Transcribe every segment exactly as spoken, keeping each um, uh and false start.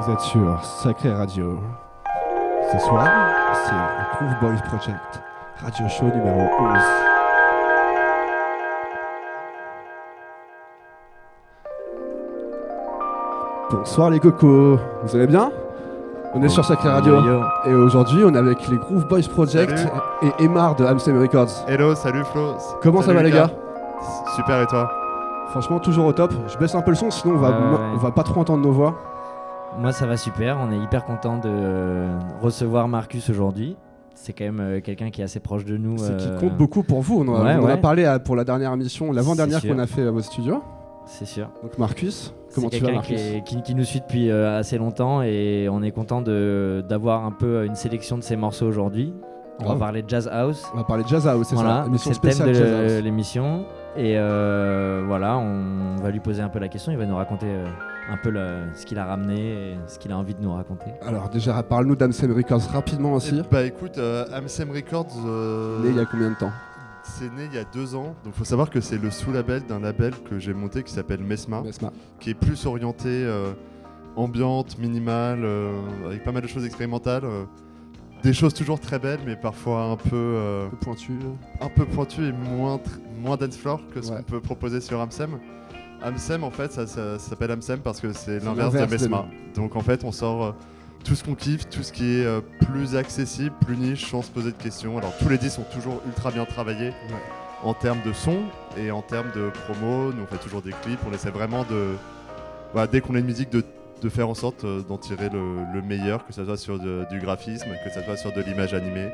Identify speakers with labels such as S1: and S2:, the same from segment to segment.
S1: Vous êtes sur Sacré Radio. Ce soir, c'est Groove Boys Project, radio show numéro onze. Bonsoir les cocos, vous allez bien? On est sur Sacré Radio
S2: yo, yo.
S1: Et aujourd'hui on est avec les Groove Boys Project
S3: Salut.
S1: et Emar de Amsem Records.
S3: Hello, salut Flo.
S1: Comment
S3: Salut
S1: ça va les
S3: Lucas.
S1: gars?
S3: Super, et toi?
S1: Franchement toujours au top. Je baisse un peu le son sinon on va,
S2: Ouais, ouais, ouais.
S1: on va pas trop entendre nos voix.
S2: Moi ça va super, on est hyper content de euh, recevoir Marcus aujourd'hui. C'est quand même euh, quelqu'un qui est assez proche de nous.
S1: C'est qui
S2: euh,
S1: compte beaucoup pour vous. On, en a-
S2: ouais,
S1: on en a
S2: ouais.
S1: parlé à- pour la dernière émission, l'avant-dernière
S2: C'est sûr.
S1: qu'on a fait à vos studios.
S2: C'est sûr.
S1: Donc Marcus, comment
S2: C'est
S1: tu vas
S2: quelqu'un
S1: Marcus?
S2: qui, est- qui, qui nous suit depuis euh, assez longtemps et on est content de, d'avoir un peu une sélection de ses morceaux aujourd'hui. On
S1: Grave.
S2: va parler de Jazz House.
S1: On va parler de Jazz House, c'est
S2: Voilà,
S1: ça, émission
S2: c'est le thème
S1: spéciale
S2: de
S1: Jazz
S2: le-
S1: House.
S2: l'émission. Et euh, voilà, on va lui poser un peu la question. Il va nous raconter euh, un peu le- ce qu'il a ramené et ce qu'il a envie de nous raconter.
S1: Alors déjà, parle-nous d'Amsem Records rapidement aussi.
S3: Eh Bah écoute, euh, Amsem Records, euh,
S1: Né il y a combien de temps?
S3: c'est né il y a deux ans. Donc faut savoir que c'est le sous-label d'un label que j'ai monté qui s'appelle Mesma,
S1: Mesma.
S3: qui est plus orienté euh, ambiante, minimale, euh, avec pas mal de choses expérimentales. euh, des choses toujours très belles, mais parfois un peu, euh,
S1: Un peu pointu.
S3: un peu pointues et moins, tr- moins dance floor que ce
S1: Ouais.
S3: qu'on peut proposer sur Amsem. Amsem, en fait, ça, ça- ça s'appelle Amsem parce que c'est
S1: C'est
S3: l'inverse de
S1: l'inverse de
S3: Mesma. Donc en fait, on sort euh, tout ce qu'on kiffe, tout ce qui est euh, plus accessible, plus niche, sans se poser de questions. Alors tous les disques sont toujours ultra bien travaillés en termes de son et en termes de promo. Nous on fait toujours des clips, on essaie vraiment de, voilà, dès qu'on a une musique, de, de faire en sorte euh, d'en tirer le, le meilleur, que ce soit sur de- du graphisme, que ce soit sur de l'image animée.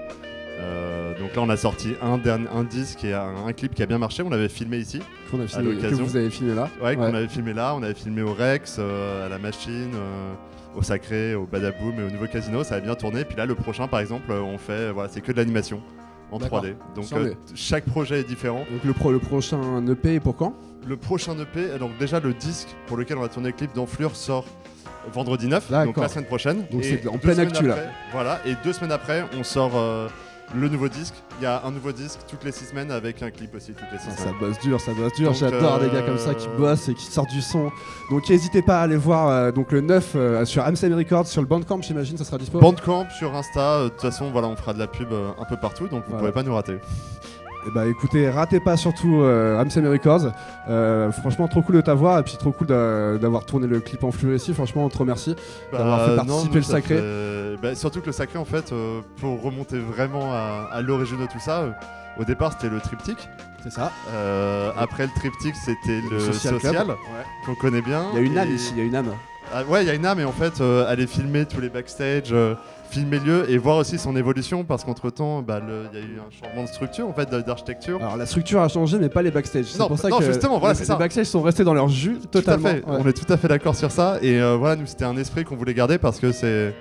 S3: Euh, donc là on a sorti un, dernier, un disque et un, un clip qui a bien marché, on l'avait filmé ici.
S1: Qu'on a filmé, que
S3: l'occasion.
S1: vous avez filmé là.
S3: Ouais, qu'on avait filmé là, on avait filmé au Rex, euh, à la Machine, euh, au Sacré, au Badaboom et au Nouveau Casino, ça a bien tourné. Puis là, le prochain, par exemple, euh, on fait, euh, voilà, c'est que de l'animation en
S1: D'accord.
S3: trois D. Donc
S1: Sans
S3: euh,
S1: D.
S3: chaque projet est différent.
S1: Donc le, pro, le prochain E P est pour quand?
S3: Le prochain E P, euh, donc déjà le disque pour lequel on va tourner le clip d'Enflure sort vendredi neuf, donc
S1: D'accord.
S3: la semaine prochaine.
S1: Donc
S3: Et
S1: c'est en
S3: deux
S1: pleine
S3: semaines
S1: actu, là.
S3: après- Voilà, et deux semaines après, on sort euh, le nouveau disque. Il y a un nouveau disque toutes les six semaines avec un clip aussi toutes les six
S1: Ah, ça
S3: semaines.
S1: bosse dur, ça bosse dur.
S3: Donc,
S1: J'adore
S3: euh,
S1: des gars comme ça qui bossent et qui sortent du son. Donc n'hésitez pas à aller voir euh, donc le neuf euh, sur Amsem Records, sur le Bandcamp, j'imagine, ça sera dispo.
S3: Bandcamp sur Insta, euh, de toute façon, voilà, on fera de la pub euh, un peu partout, donc vous ne
S1: Voilà.
S3: pourrez pas nous rater.
S1: Et bah écoutez, ratez pas surtout euh, Amsem Records. Euh, franchement, trop cool de t'avoir et puis trop cool d'a- d'avoir tourné le clip en flux ici. Franchement, on te remercie. D'avoir fait participer
S3: nous,
S1: le
S3: ça
S1: Sacré.
S3: fait- bah, surtout que le Sacré, en fait, euh, pour remonter vraiment à, à l'origine de tout ça, euh, au départ c'était le triptyque.
S1: C'est ça.
S3: Euh, après le triptyque, c'était le,
S1: Social
S3: social,
S1: Club. Ouais.
S3: qu'on connaît bien.
S1: Il y a une âme
S3: Et-
S1: ici, il y a une âme.
S3: Ah, ouais, il y a une âme, et en fait, euh, aller filmer tous les backstage, euh, filmer le lieu et voir aussi son évolution, parce qu'entre temps, bah, le- il y a eu un changement de structure, en fait, de- d'architecture.
S1: Alors la structure a changé, mais pas les backstage. C'est
S3: Non,
S1: pour ça
S3: non,
S1: que
S3: justement, voilà,
S1: les,
S3: c'est
S1: les
S3: ça.
S1: backstage sont restés dans leur jus totalement.
S3: Tout à fait.
S1: Ouais.
S3: On est tout à fait d'accord sur ça. Et euh, voilà, nous, c'était un esprit qu'on voulait garder parce que c'est.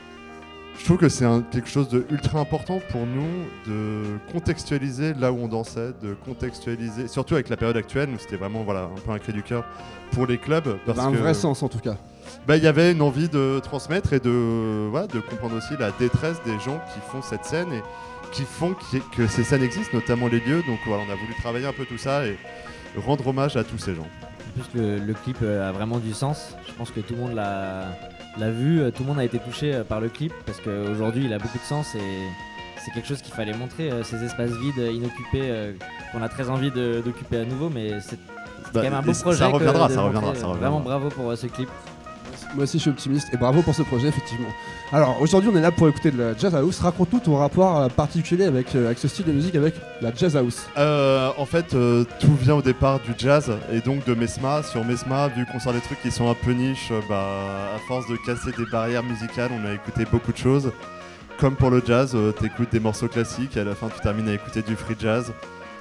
S3: Je trouve que c'est un- quelque chose de ultra important pour nous de contextualiser là où on dansait, de contextualiser, surtout avec la période actuelle, nous c'était vraiment voilà, un peu un cri du cœur pour les clubs. Parce
S1: Dans un
S3: que,
S1: vrai sens en tout cas.
S3: bah, il y avait une envie de transmettre et de, voilà, de comprendre aussi la détresse des gens qui font cette scène et qui font qui- que ces scènes existent, notamment les lieux. Donc voilà, on a voulu travailler un peu tout ça et rendre hommage à tous ces gens.
S2: En plus, le, le clip euh, a vraiment du sens. Je pense que tout le monde l'a, l'a vu, euh, tout le monde a été touché euh, par le clip parce qu'aujourd'hui il a beaucoup de sens et c'est quelque chose qu'il fallait montrer, euh, ces espaces vides, euh, inoccupés, euh, qu'on a très envie de- d'occuper à nouveau. Mais c'est, c'est
S3: Bah,
S2: quand même un
S3: et
S2: beau
S3: ça
S2: projet. que
S3: reviendra,
S2: de
S3: ça
S2: montrer,
S3: reviendra,
S2: euh,
S3: ça reviendra.
S2: Vraiment bravo pour euh, ce clip.
S1: Moi aussi je suis optimiste et bravo pour ce projet effectivement. Alors aujourd'hui on est là pour écouter de la Jazz House. Raconte-nous ton rapport euh, particulier avec, euh, avec ce style de musique, avec la Jazz House.
S3: Euh, en fait, euh, tout vient au départ du jazz et donc de Mesma. Sur Mesma, vu qu'on sort des trucs qui sont un peu niche, euh, bah, à force de casser des barrières musicales, on a écouté beaucoup de choses. Comme pour le jazz, euh, t'écoutes des morceaux classiques et à la fin tu termines à écouter du free jazz.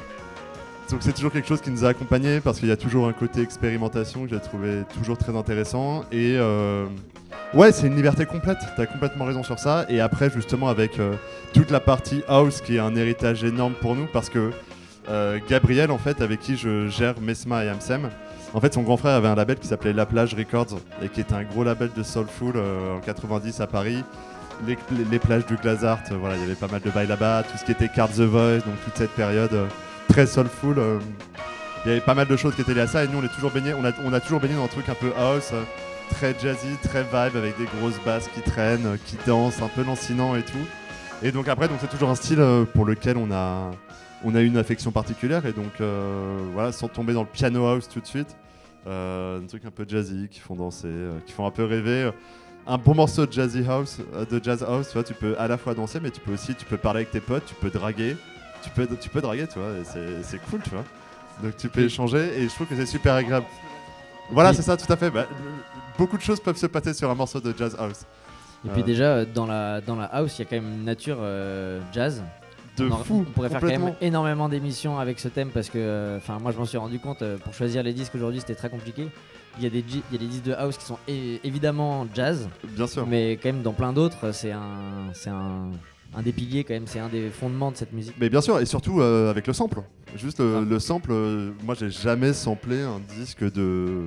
S3: Donc c'est toujours quelque chose qui nous a accompagnés parce qu'il y a toujours un côté expérimentation que j'ai trouvé toujours très intéressant. Et euh, ouais, c'est une liberté complète, t'as complètement raison sur ça. Et après, justement, avec euh, toute la partie house qui est un héritage énorme pour nous parce que euh, Gabriel, en fait, avec qui je gère Mesma et Amsem, en fait, son grand frère avait un label qui s'appelait La Plage Records et qui était un gros label de soulful euh, en quatre-vingt-dix à Paris. Les, les- les plages du Glazart, euh, voilà, il y avait pas mal de bails là-bas, tout ce qui était Card the Voice, donc toute cette période euh, très soulful. euh, il y avait pas mal de choses qui étaient liées à ça et nous on est toujours baigné, on a, on a toujours baigné dans un truc un peu house, euh, très jazzy, très vibe, avec des grosses basses qui traînent, euh, qui dansent, un peu lancinant et tout. Et donc après, donc c'est toujours un style euh, pour lequel on a, on a une affection particulière. Et donc euh, voilà, sans tomber dans le piano house tout de suite, euh, un truc un peu jazzy qui font danser, euh, qui font un peu rêver. Un bon morceau de jazzy house, euh, de jazz house, tu vois, tu peux à la fois danser, mais tu peux aussi, tu peux parler avec tes potes, tu peux draguer, tu peux, tu peux draguer, tu vois, et c'est, c'est cool, tu vois. Donc tu peux échanger, et je trouve que c'est super agréable. Voilà, c'est ça, tout à fait. Bah, beaucoup de choses peuvent se passer sur un morceau de jazz house.
S2: Et puis
S3: Euh,
S2: déjà, dans la, dans la house, il y a quand même une nature euh, jazz.
S3: De
S2: on, en-
S3: fou,
S2: on pourrait faire quand
S3: complètement.
S2: même énormément d'émissions avec ce thème parce que, enfin, moi je m'en suis rendu compte, euh, pour choisir les disques aujourd'hui c'était très compliqué. Il y a des, gi- il y a des disques de house qui sont é- évidemment jazz,
S3: Bien sûr.
S2: mais quand même dans plein d'autres, c'est un, c'est un, un des piliers quand même, c'est un des fondements de cette musique.
S3: Mais bien sûr, et surtout euh, avec le sample. Juste le,
S2: Ah.
S3: le sample, euh, moi j'ai jamais samplé un disque de.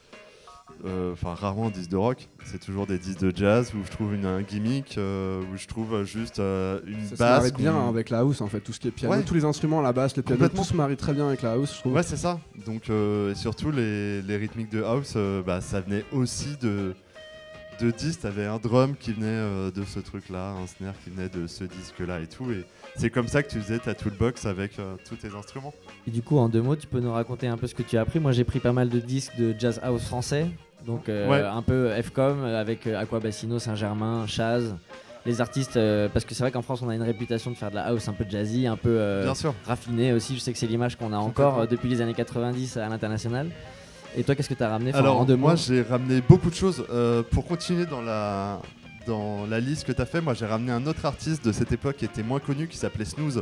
S3: euh, Enfin, rarement un disque de rock. C'est toujours des disques de jazz où je trouve une, un gimmick, euh, où je trouve juste euh, une
S1: Ça se
S3: basse.
S1: marie bien
S3: qu'on-
S1: avec la house en fait, tout ce qui est piano,
S3: Ouais.
S1: tous les instruments, la basse, les pianos,
S3: Complètement.
S1: tout se marie très bien avec la house, je trouve.
S3: Ouais, c'est ça. Donc, euh, et surtout les, les rythmiques de house, euh, bah, ça venait aussi de. De disques, t'avais un drum qui venait euh, de ce truc-là, un snare qui venait de ce disque-là et tout. Et c'est comme ça que tu faisais ta toolbox avec euh, tous tes instruments.
S2: Et du coup, en deux mots, tu peux nous raconter un peu ce que tu as appris. Moi j'ai pris pas mal de disques de jazz house français, donc euh,
S3: Ouais.
S2: un peu F com avec euh, Aqua Bassino, Saint-Germain, Chaz. Les artistes, euh, parce que c'est vrai qu'en France on a une réputation de faire de la house un peu jazzy, un peu euh,
S3: Bien sûr.
S2: raffinée aussi. Je sais que c'est l'image qu'on a encore euh, depuis les années quatre-vingt-dix à l'international. Et toi, qu'est-ce que tu as ramené? Enfin,
S3: Alors,
S2: en deux
S3: moi,
S2: mots.
S3: j'ai ramené beaucoup de choses. Euh, pour continuer dans la, dans la liste que tu as fait, moi, j'ai ramené un autre artiste de cette époque qui était moins connu, qui s'appelait Snooze,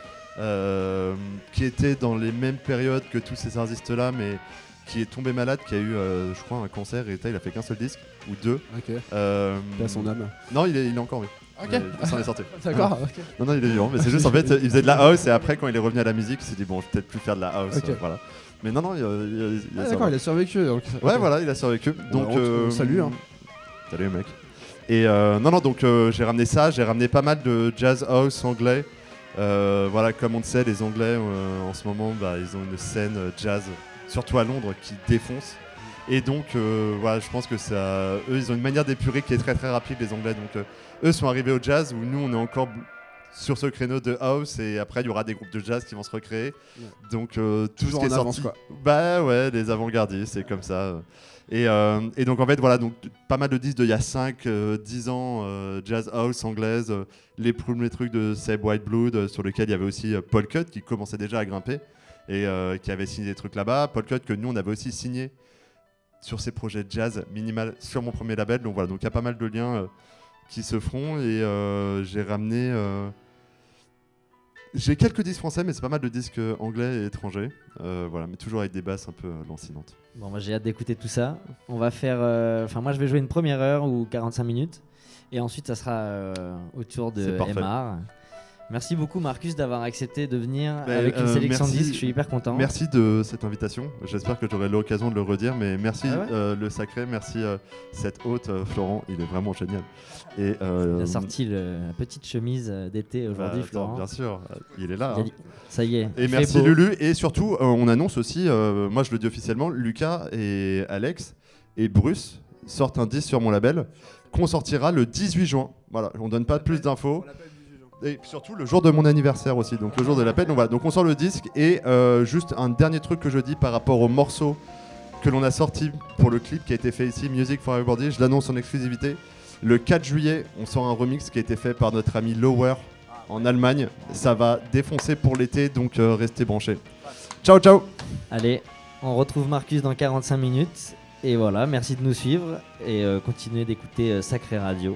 S3: euh, qui était dans les mêmes périodes que tous ces artistes-là, mais qui est tombé malade, qui a eu, euh, je crois, un cancer, et il a fait qu'un seul disque, ou deux.
S1: Ok,
S3: Euh,
S1: t'as son âme.
S3: Non, il est, il est encore, oui.
S1: Ok.
S3: Ouais, il s'en est sorti.
S1: D'accord, ok.
S3: Non, non, il est vivant, mais c'est juste en fait, il faisait de la house, et après, quand il est revenu à la musique, il s'est dit, bon, je vais peut-être plus faire de la house.
S1: Ok.
S3: euh, voilà. Mais non, non, il, il, il,
S1: Ah,
S3: ça
S1: d'accord,
S3: va.
S1: il a survécu. Donc...
S3: Ouais,
S1: ok.
S3: voilà, il a survécu. Donc,
S1: on te- on salue, hein.
S3: Salut, mec. Et euh, non, non, donc euh, j'ai ramené ça. J'ai ramené pas mal de jazz house anglais. Euh, voilà, comme on le sait, les Anglais euh, en ce moment, bah, ils ont une scène euh, jazz, surtout à Londres, qui défonce. Et donc, euh, voilà, je pense que ça, eux, ils ont une manière d'épurer qui est très très rapide, les Anglais. Donc, euh, eux sont arrivés au jazz où nous, on est encore sur ce créneau de house, et après il y aura des groupes de jazz qui vont se recréer.
S1: Ouais.
S3: Donc euh, tout
S1: Toujours
S3: ce qui est
S1: en avance,
S3: sorti,
S1: quoi.
S3: bah ouais, les avant-gardistes, c'est comme ça. Et, euh, et donc en fait voilà, donc pas mal de disques d'il y a cinq dix ans, euh, jazz house anglaise, euh, les premiers trucs de Seb Whiteblood, euh, sur lesquels il y avait aussi euh, Paul Cutt qui commençait déjà à grimper et euh, qui avait signé des trucs là-bas. Paul Cutt que nous on avait aussi signé sur ses projets de jazz minimal sur mon premier label. Donc voilà, donc il y a pas mal de liens euh, qui se feront, et euh, j'ai ramené euh, j'ai quelques disques français, mais c'est pas mal de disques anglais et étrangers, euh, voilà, mais toujours avec des basses un peu euh, lancinantes.
S2: Bon, moi j'ai hâte d'écouter tout ça. On va faire. euh, Enfin, moi je vais jouer une première heure ou quarante-cinq minutes. Et ensuite, ça sera euh, au tour de
S3: C'est parfait.
S2: M R. Merci beaucoup, Marcus, d'avoir accepté de venir
S3: Ben,
S2: avec une
S3: euh,
S2: sélection de
S3: merci.
S2: disques. Je suis hyper content.
S3: Merci de cette invitation, j'espère que j'aurai l'occasion de le redire, mais merci
S2: Ah ouais
S3: euh, le sacré, merci euh, cet hôte euh, Florent, il est vraiment génial. Et, euh,
S2: Il a sorti le- la petite chemise euh, d'été
S3: bah,
S2: aujourd'hui,
S3: attends,
S2: Florent.
S3: bien sûr, euh, il est là.
S2: Il a
S3: hein.
S2: dit- Ça y est.
S3: Et
S2: il fait
S3: merci
S2: beau.
S3: Lulu. Et surtout, euh, on annonce aussi, euh, moi je le dis officiellement, Lucas et Alex et Bruce sortent un disque sur mon label qu'on sortira le dix-huit juin. Voilà, on donne pas plus d'infos. Et puis surtout le jour de mon anniversaire aussi, donc le jour de l'appel. Donc voilà, donc on sort le disque. Et euh, juste un dernier truc que je dis par rapport au morceau que l'on a sorti pour le clip qui a été fait ici, Music for Everybody, je l'annonce en exclusivité. Le quatre juillet, on sort un remix qui a été fait par notre ami Lower en Allemagne. Ça va défoncer pour l'été, donc euh, restez branchés. Ciao, ciao.
S2: Allez, on retrouve Marcus dans quarante-cinq minutes. Et voilà, merci de nous suivre et euh, continuez d'écouter euh, Sacré Radio.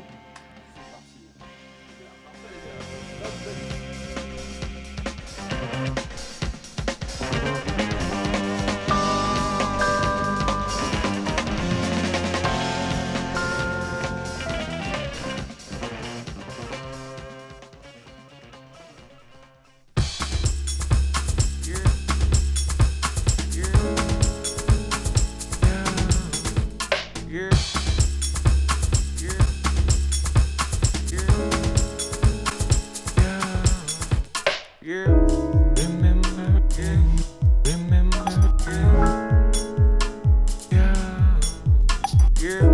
S4: Yeah.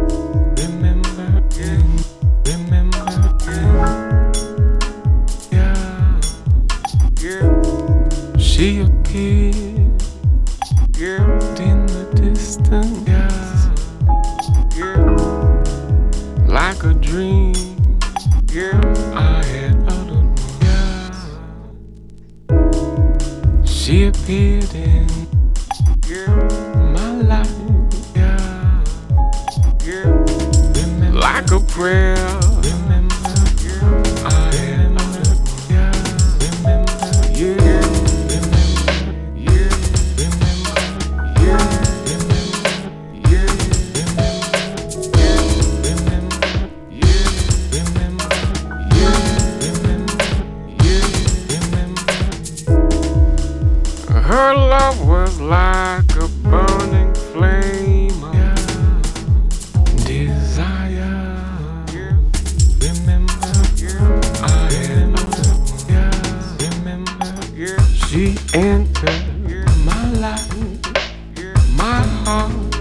S4: She appeared, yeah, in the distance, yeah, yeah, like a dream, yeah, I had uttered, yeah. She appeared in, yeah, my life, yeah, yeah, remember, like a prayer, remember, yeah, I had uttered, yeah, remember, yeah. Her love was like a burning flame of desire. Remember, I am. Remember, she entered my life, my heart.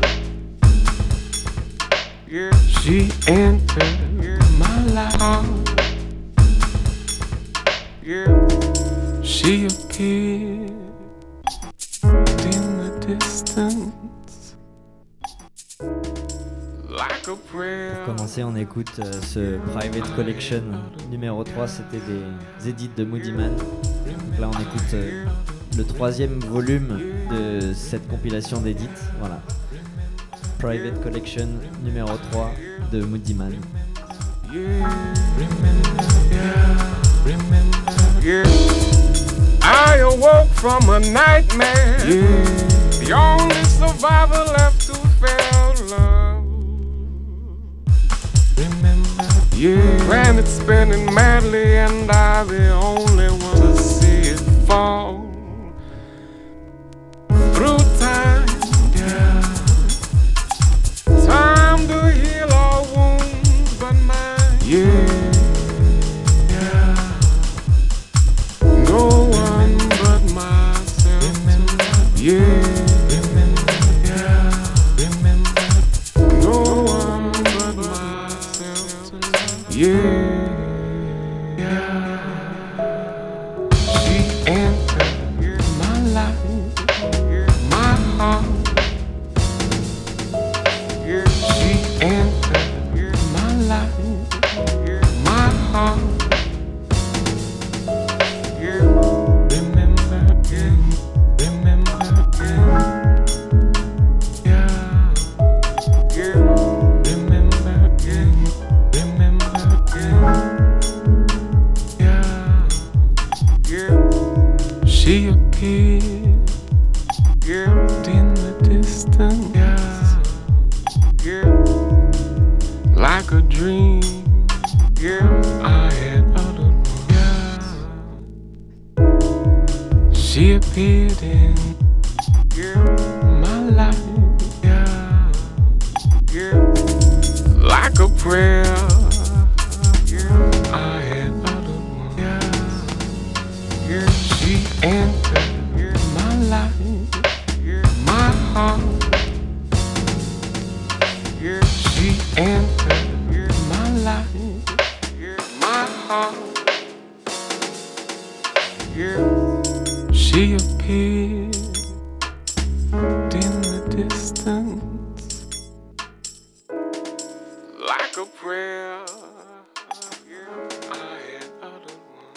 S4: She entered my life. She appeared in the distance, like a prayer.
S2: Pour commencer, on écoute euh, ce Private Collection numéro trois, c'était des édits de Moody Man. Donc là, on écoute euh, le troisième volume de cette compilation d'édits. Voilà. Private Collection numéro trois de Moody Man.
S4: Yeah, remember, yeah, remember, yeah. I awoke from a nightmare. Yeah. The only survivor left who felt love. Remember, yeah. Planet spinning madly, and I the only one to see it fall through time. Yeah. Time to heal all wounds, but mine. Yeah. Yeah, remember, yeah, remember, no one but myself tonight. Yeah, yeah. She entered my life, my heart. She entered my life, my heart. She appeared, yeah, in the distance, yeah, like a dream, yeah, I had uttered, yeah. She appeared in, yeah, my life, yeah, yeah, like a prayer, yeah, I had uttered, yeah, yeah. She entered my life, my heart. She entered my life, my heart. She appeared in the distance, like a prayer. I had uttered one.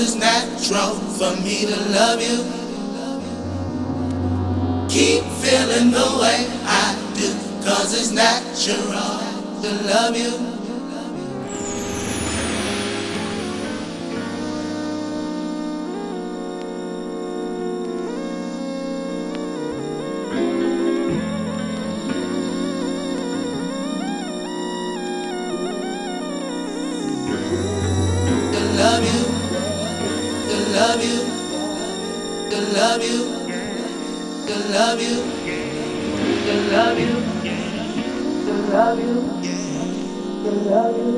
S5: it's natural for me to love you. Keep feeling the way I do, cause it's natural to love you. Love you, to love you, to love you, to love you, to love you, to love you, to love you.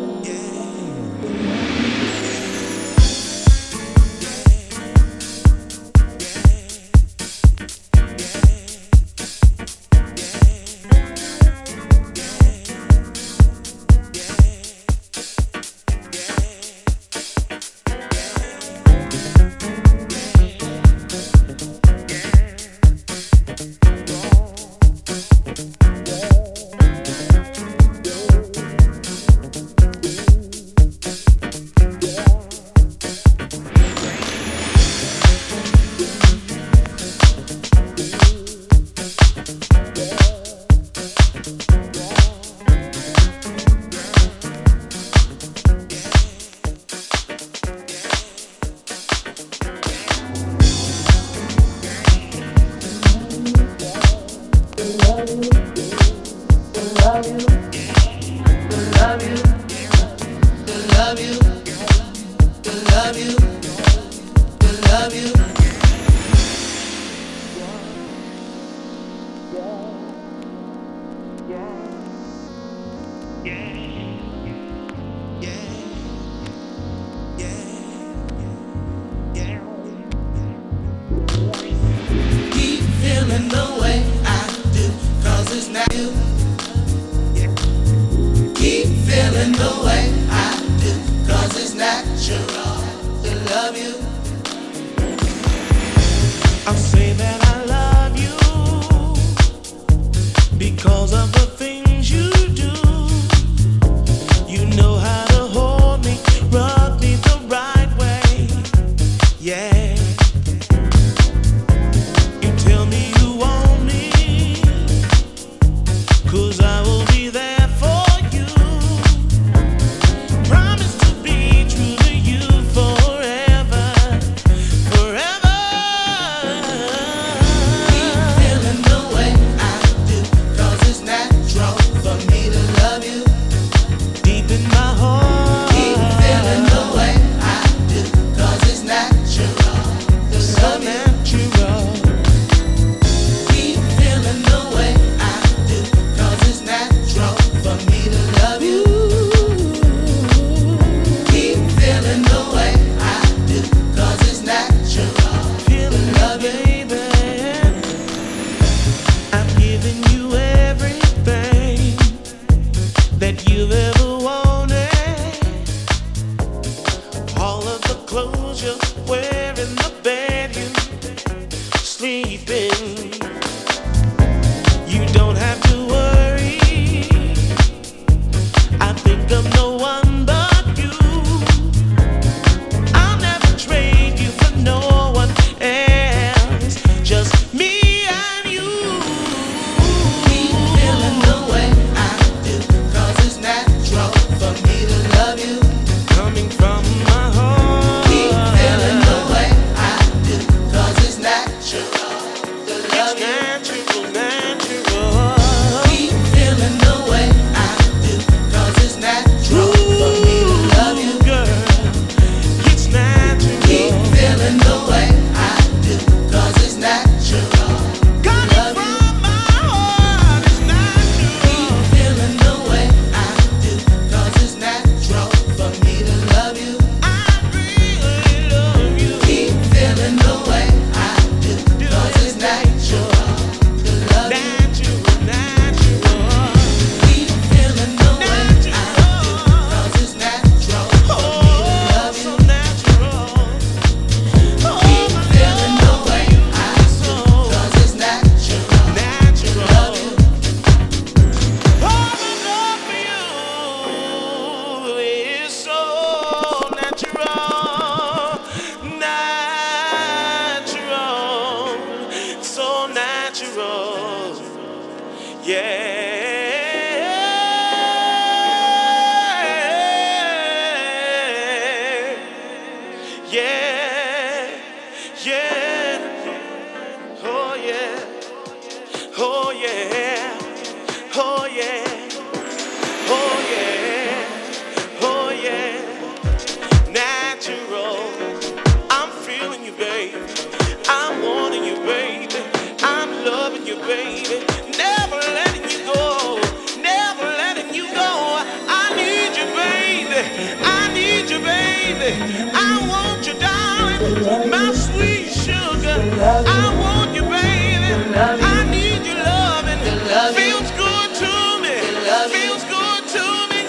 S5: baby. I want you, darling, my sweet sugar. I want you, baby. I need your loving. Feels good to me. Feels good to me.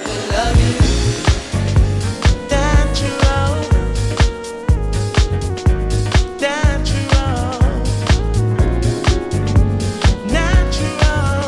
S5: Natural. Natural. Natural.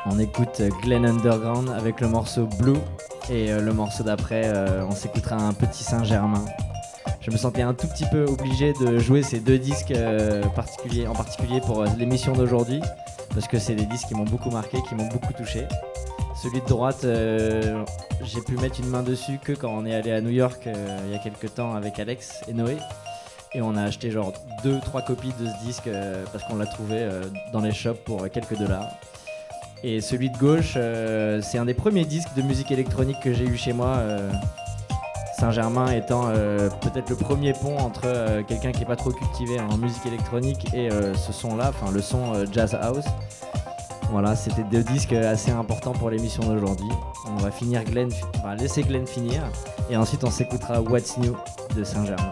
S2: On écoute Glen Underground avec le morceau Blue et euh, le morceau d'après, euh, on s'écoutera un Petit Saint-Germain. Je me sentais un tout petit peu obligé de jouer ces deux disques euh, particuliers, en particulier pour euh, l'émission d'aujourd'hui parce que c'est des disques qui m'ont beaucoup marqué, qui m'ont beaucoup touché. Celui de droite, euh, j'ai pu mettre une main dessus que quand on est allé à New York euh, il y a quelques temps avec Alex et Noé. Et on a acheté genre deux trois copies de ce disque euh, parce qu'on l'a trouvé euh, dans les shops pour euh, quelques dollars. Et celui de gauche, euh, c'est un des premiers disques de musique électronique que j'ai eu chez moi. Euh, Saint-Germain étant euh, peut-être le premier pont entre euh, quelqu'un qui n'est pas trop cultivé en musique électronique et euh, ce son-là, enfin le son euh, Jazz House. Voilà, c'était deux disques assez importants pour l'émission d'aujourd'hui. On va finir Glenn, on va laisser Glenn finir et ensuite on s'écoutera What's New de Saint-Germain.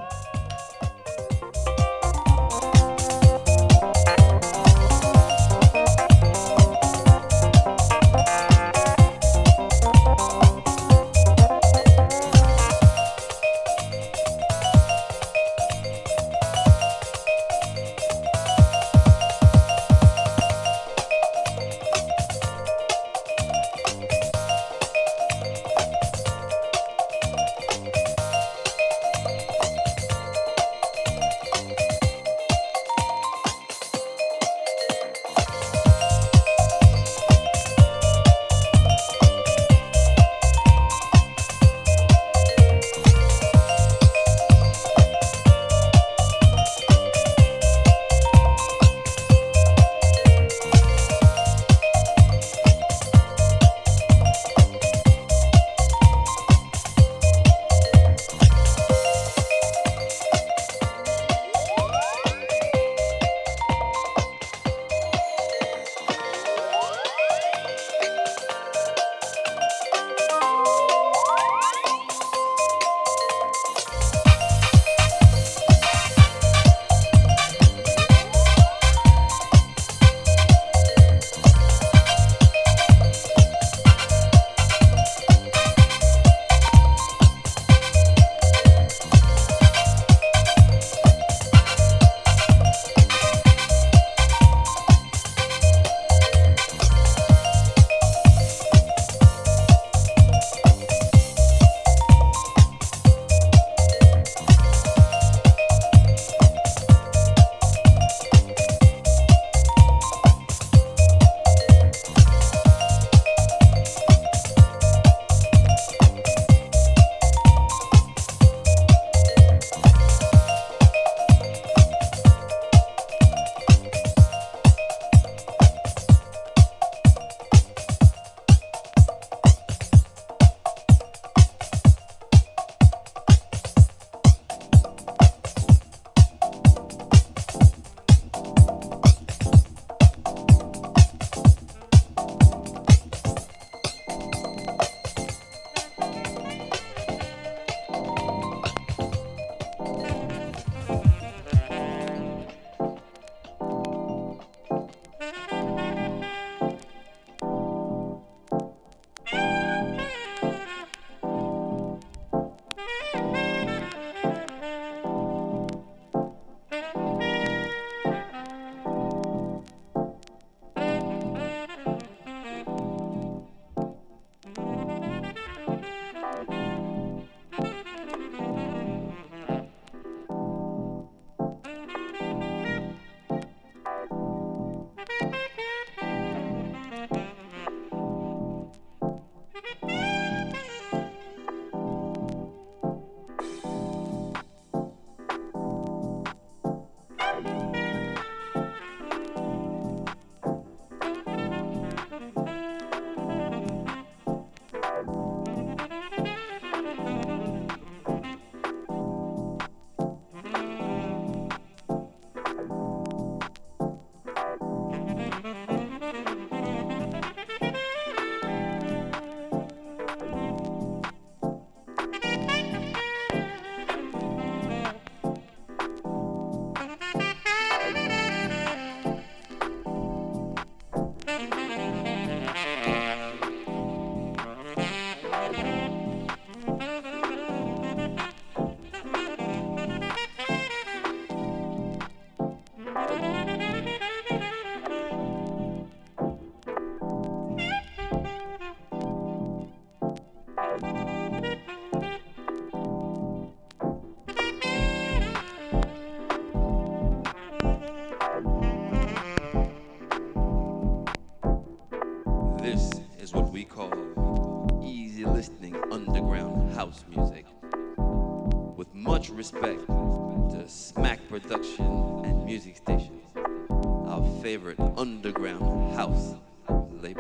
S6: production and music station, our favorite underground house label.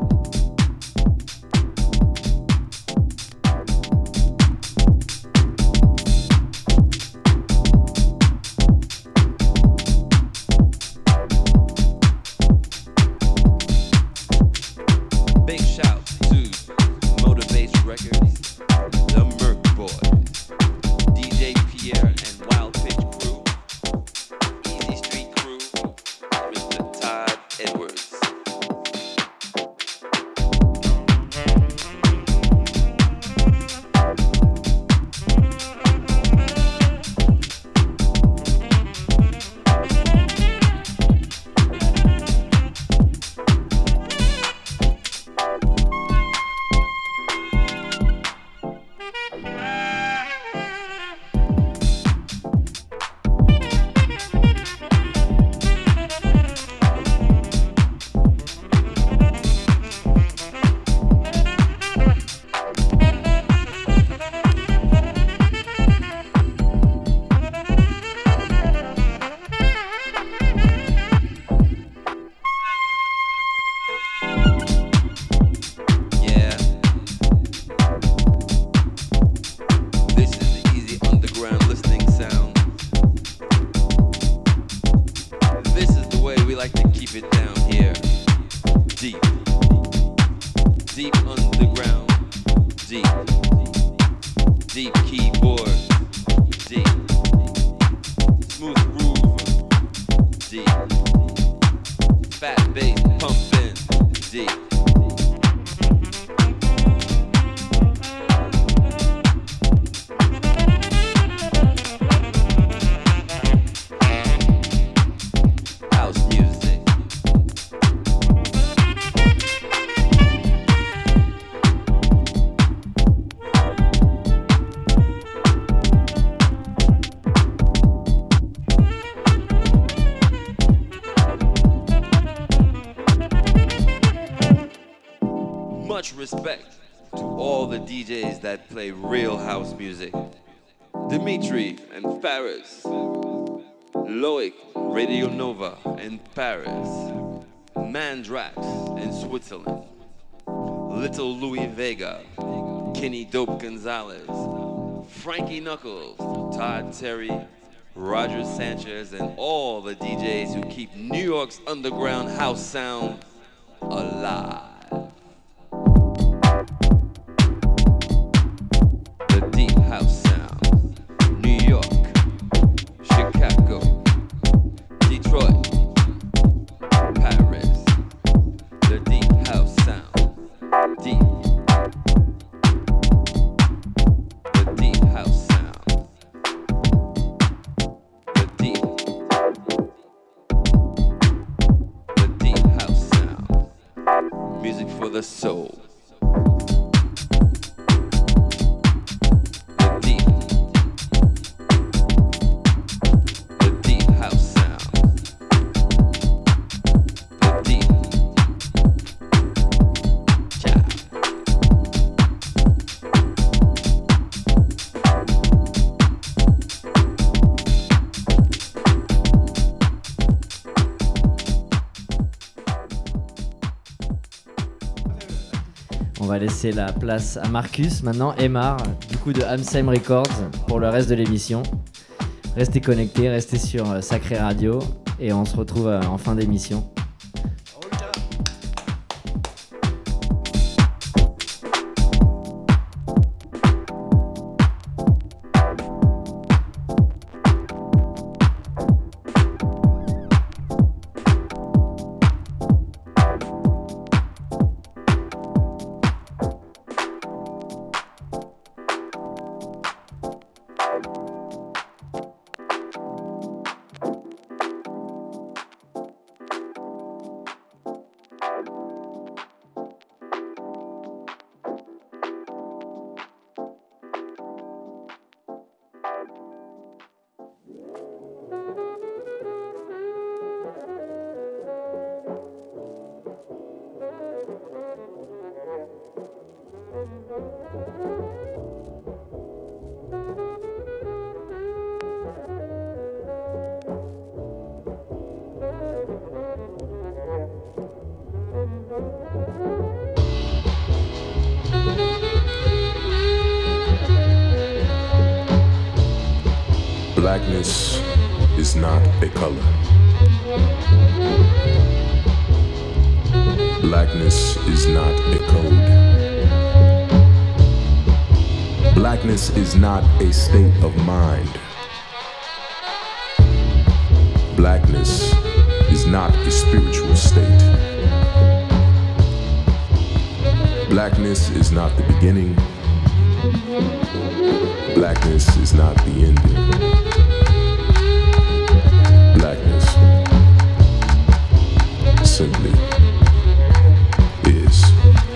S6: Big shout to Motivate Records, the Merc Boys, D J Pierre and Wild Pitch Crew, Easy Street Crew, Mister Todd Edwards. Yeah. This is the easy underground listening sound. This is the way we like to keep it down here. Deep. Deep underground. Deep. Deep keyboard. Deep. Smooth groove. Deep. Fat bass pumping. Deep. House music. Much respect to all the D Js that play real house music. Dimitri and Paris. Loic, Radio Nova in Paris. Mandrax in Switzerland. Little Louis Vega. Kenny Dope Gonzalez. Frankie Knuckles. Todd Terry. Roger Sanchez and all the D Js who keep New York's underground house sound alive. The deep house sound. New York, Chicago, Detroit, Paris. The deep house sound. Deep. The deep house sound. The deep. The deep house sound. Music for the soul. The deep. The deep house sound. The deep. Ciao.
S2: On va laisser la place à Marcus maintenant, Emar, du coup de Amsem Records pour le reste de l'émission. Restez connectés, restez sur euh, Sacré Radio et on se retrouve euh, en fin d'émission.
S7: Blackness is not a color. Blackness is not a code. Blackness is not a state of mind. Blackness is not a spiritual state. Blackness is not the beginning. Blackness is not the ending. Blackness simply is.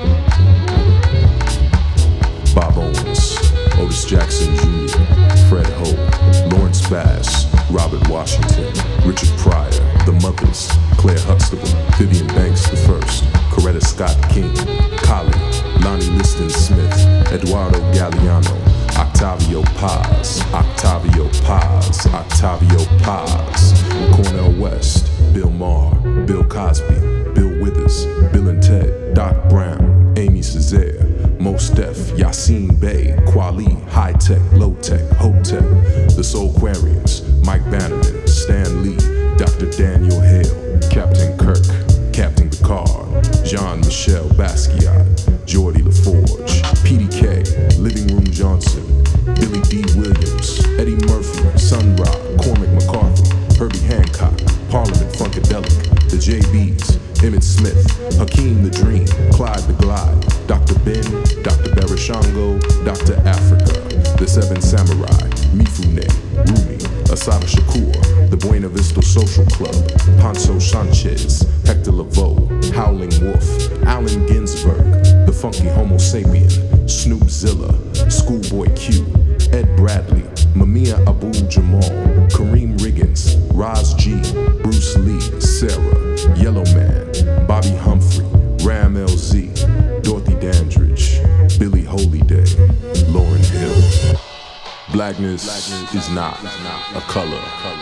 S7: Bob Owens, Otis Jackson Junior, Fred Ho, Lawrence Bass, Robert Washington, Richard Pryor, The Mothers, Claire Huxtable, Vivian Banks the First, Coretta Scott King, Collie, Lonnie Liston Smith, Eduardo Galeano, Octavio Paz, Octavio Paz, Octavio Paz, Cornel West, Bill Maher, Bill Cosby, Bill Withers, Bill and Ted, Doc Brown, Amy Césaire, Mos Def, Yassine Bey, Kweli, High Tech, Low Tech, Hotep, The Soulquarians, Mike Bannerman, Stan Lee, Doctor Daniel Hale, Captain Kirk, Captain Picard, Jean-Michel Basquiat, Geordie LaForge, P D K, Living Room Johnson, Billy D. Williams, Eddie Murphy, Sun Ra, Cormac McCarthy, Herbie Hancock, Parliament Funkadelic, The J Bs, Emmett Smith, Hakeem the Dream, Clyde the Glide, Doctor Ben, Doctor Barashango, Doctor Africa, The Seven Samurai, Mifune, Rumi, Asada Shakur, The Buena Vista Social Club, Ponzo Sanchez, Hector Lavoe, Howling Wolf, Allen Ginsberg, The Funky Homo Sapien, Snoop Zilla, Schoolboy Q, Ed Bradley, Mamiya Abu-Jamal, Kareem Riggins, Raz G, Bruce Lee, Sarah, Yellow Man, Bobby Humphrey, Ram L Z, Dorothy Dandridge, Billie Holiday, Lauryn Hill. Blackness, Blackness is not, not a color.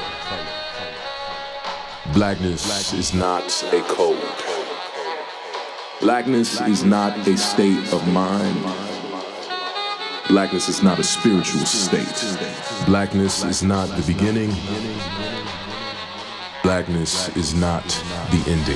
S7: Blackness, Blackness is not a code. Blackness is not a state of mind. Blackness is not a spiritual state. Blackness is not the beginning. Blackness is not the ending.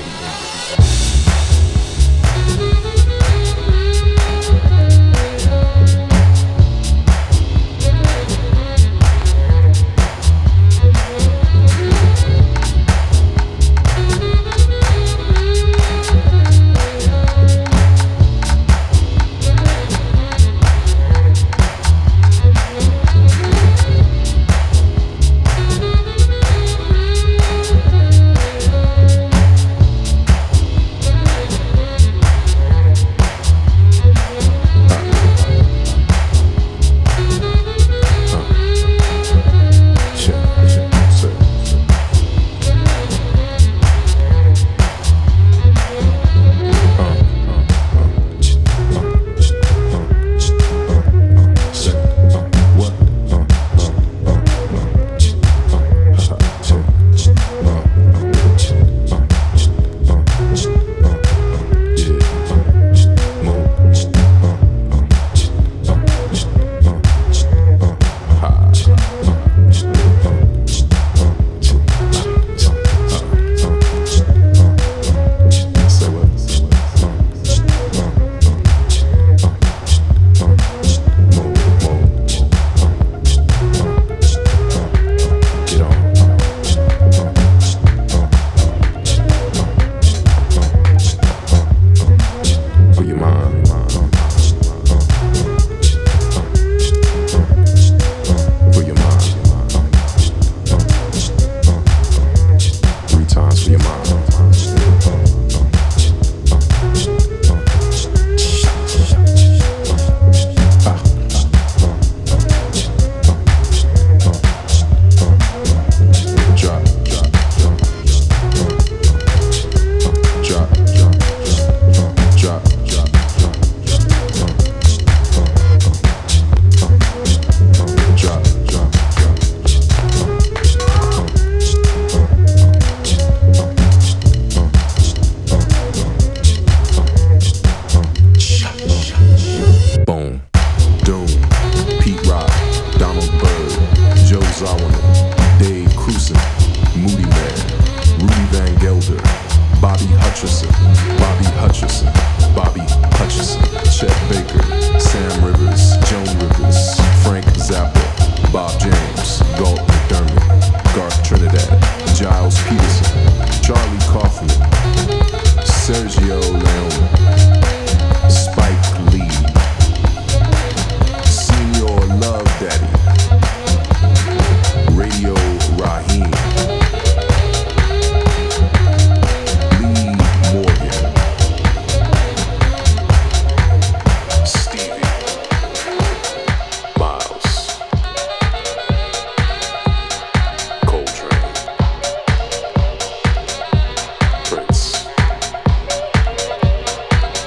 S7: Hutcherson, Bobby Hutcherson, Bobby Hutcherson, Chet Baker, Sam Rivers, Joan Rivers, Frank Zappa, Bob James, Galt McDermott, Garth Trinidad, Giles Peterson, Charlie Kaufman, Sergio Leone, Spike Lee, Senior Love Daddy, Radio Raheem, Lee Morgan, Stevie, Miles, Coltrane, Prince,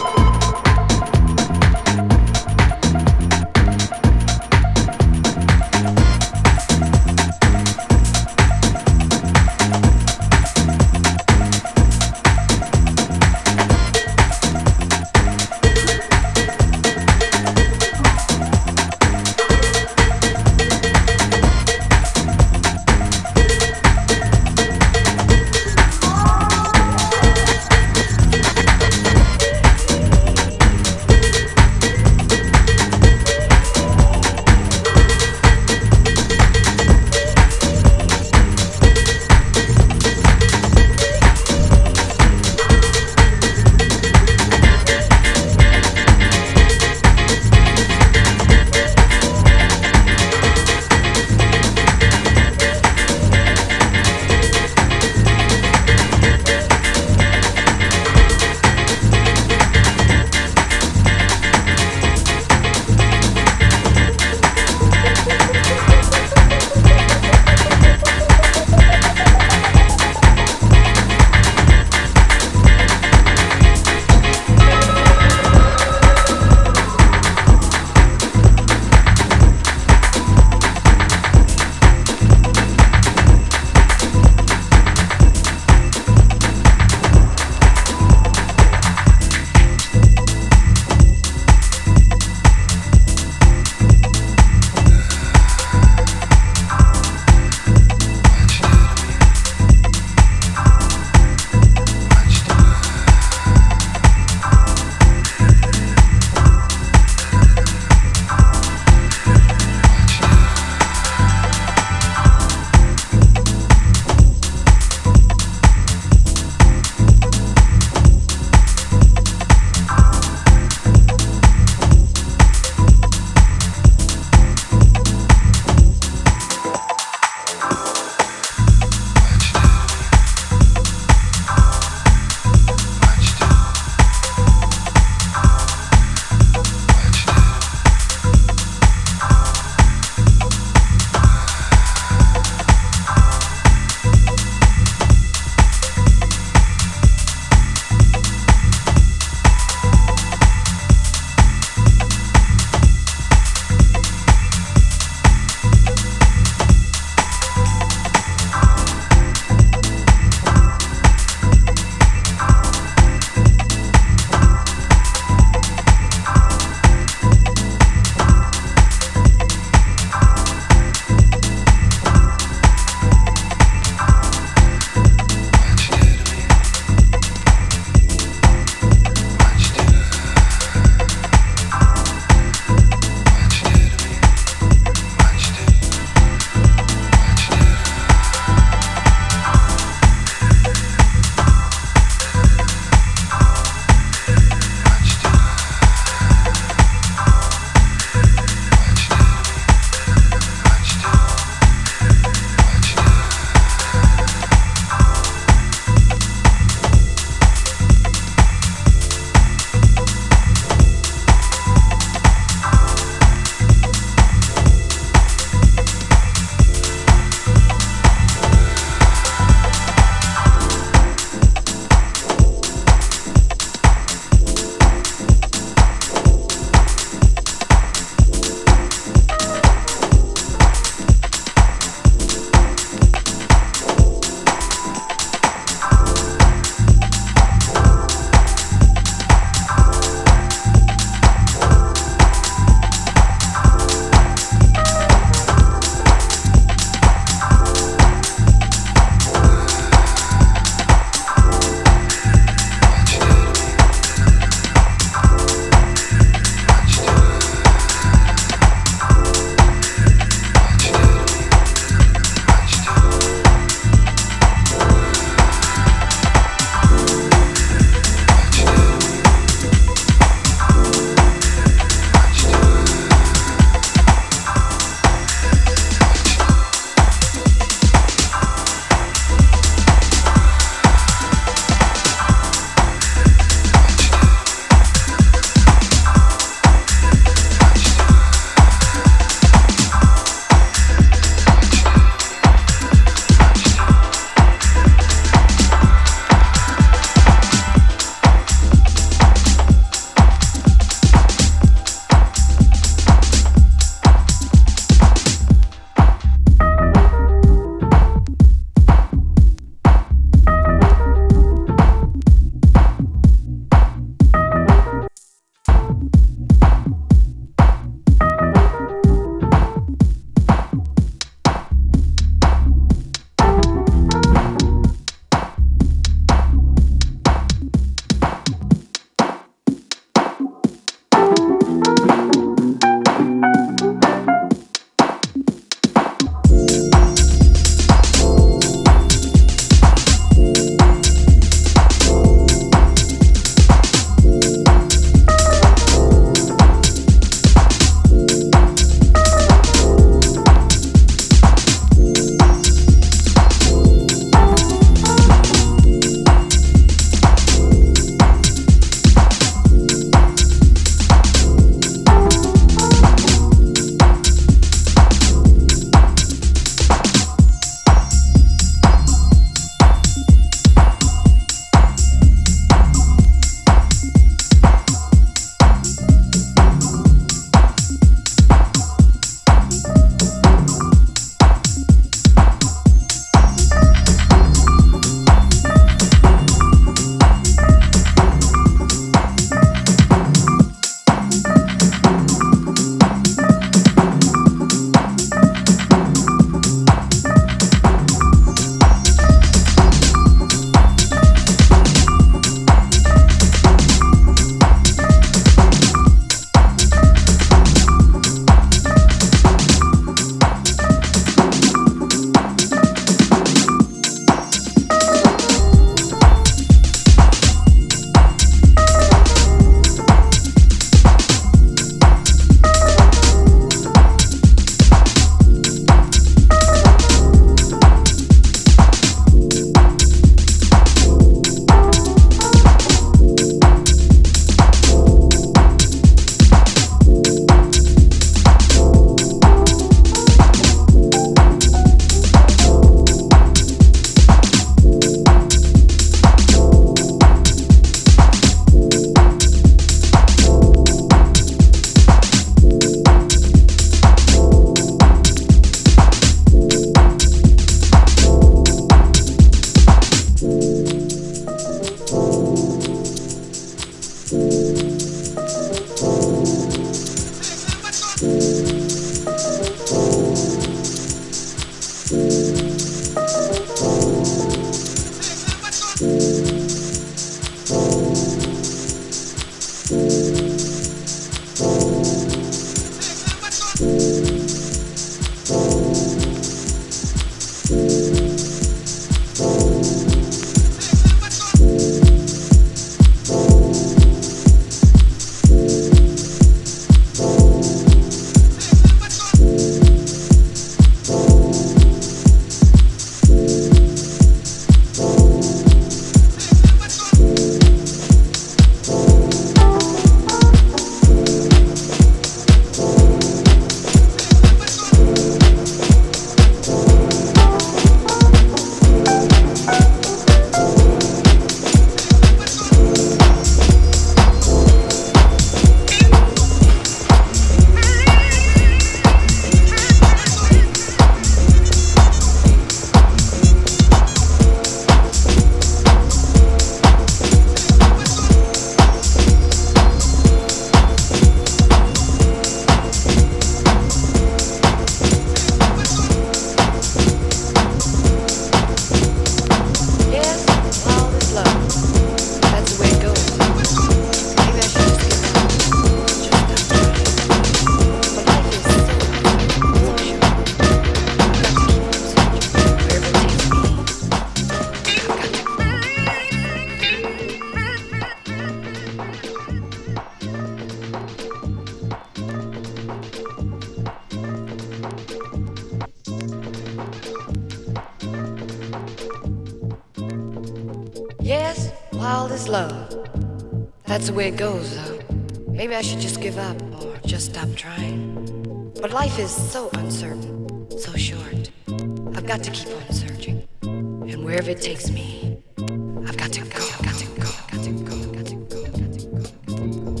S8: Yes, wild as love. That's the way it goes, though. Maybe I should just give up or just stop trying. But life is so uncertain, so short. I've got to keep on searching. And wherever it takes me, I've got to go, got to go, got to go, got to go, got to go, got to go.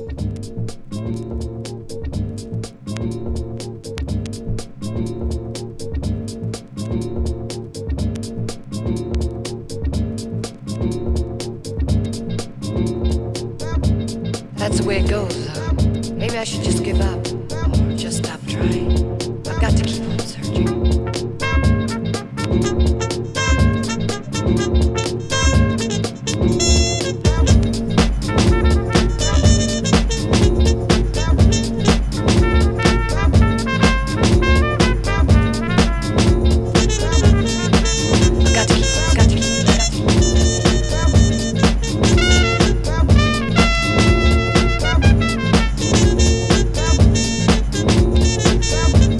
S8: That's the way it goes, though. Maybe I should just give up or just stop trying. I've got to keep on searching. I've got to keep, got to keep.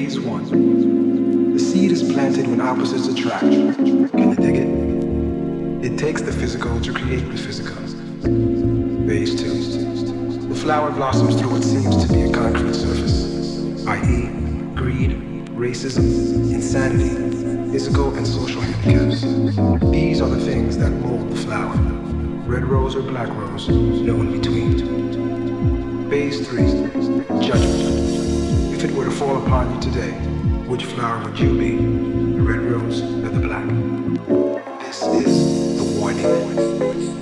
S9: phase one. The seed is planted when opposites attract. Can you dig it? It takes the physical to create the physical. Phase two. The flower blossoms through what seems to be a concrete surface, that is greed, racism, insanity, physical and social handicaps. These are the things that mold the flower. Red rose or black rose, no in between. Phase three, judgment. If it were to fall upon you today, which flower would you be? The red rose or the black? This is the warning.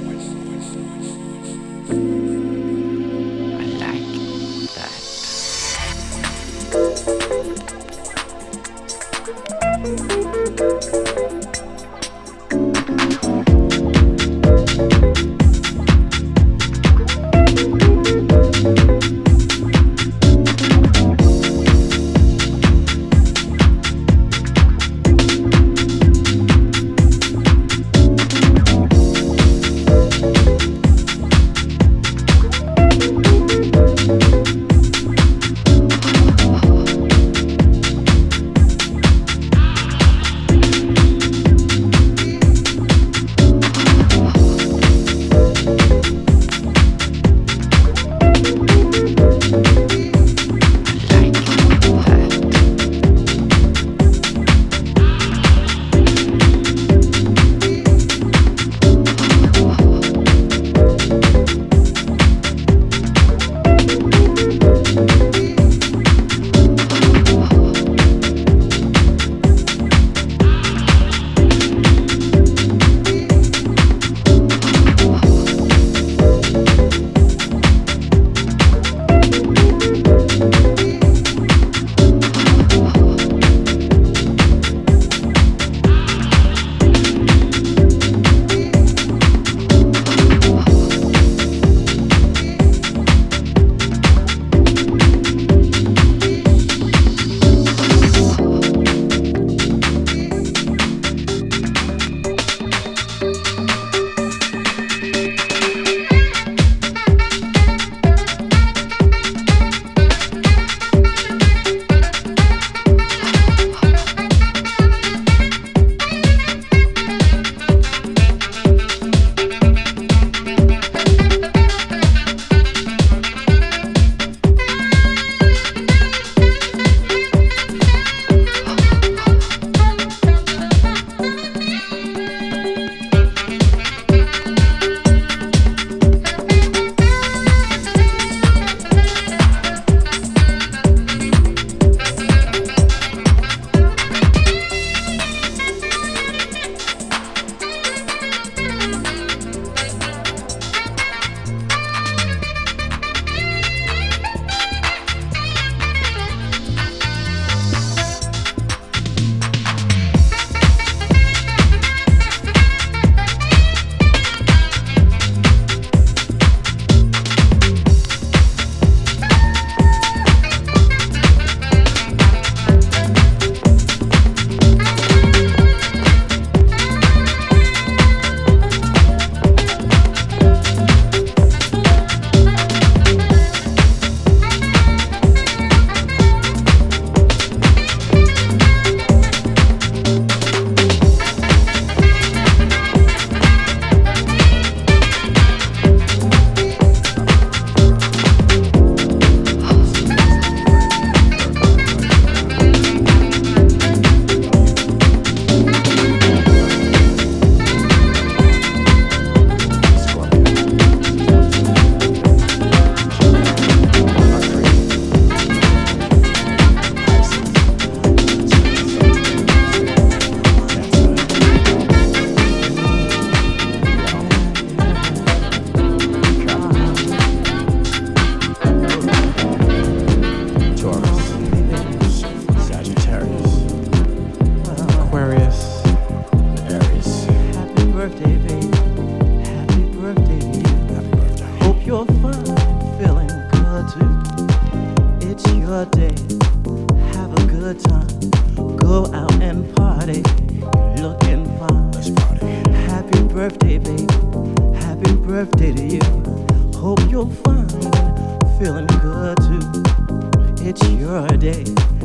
S10: birthday, baby. Happy birthday to you. Hope you're fine, feeling good too. It's your day to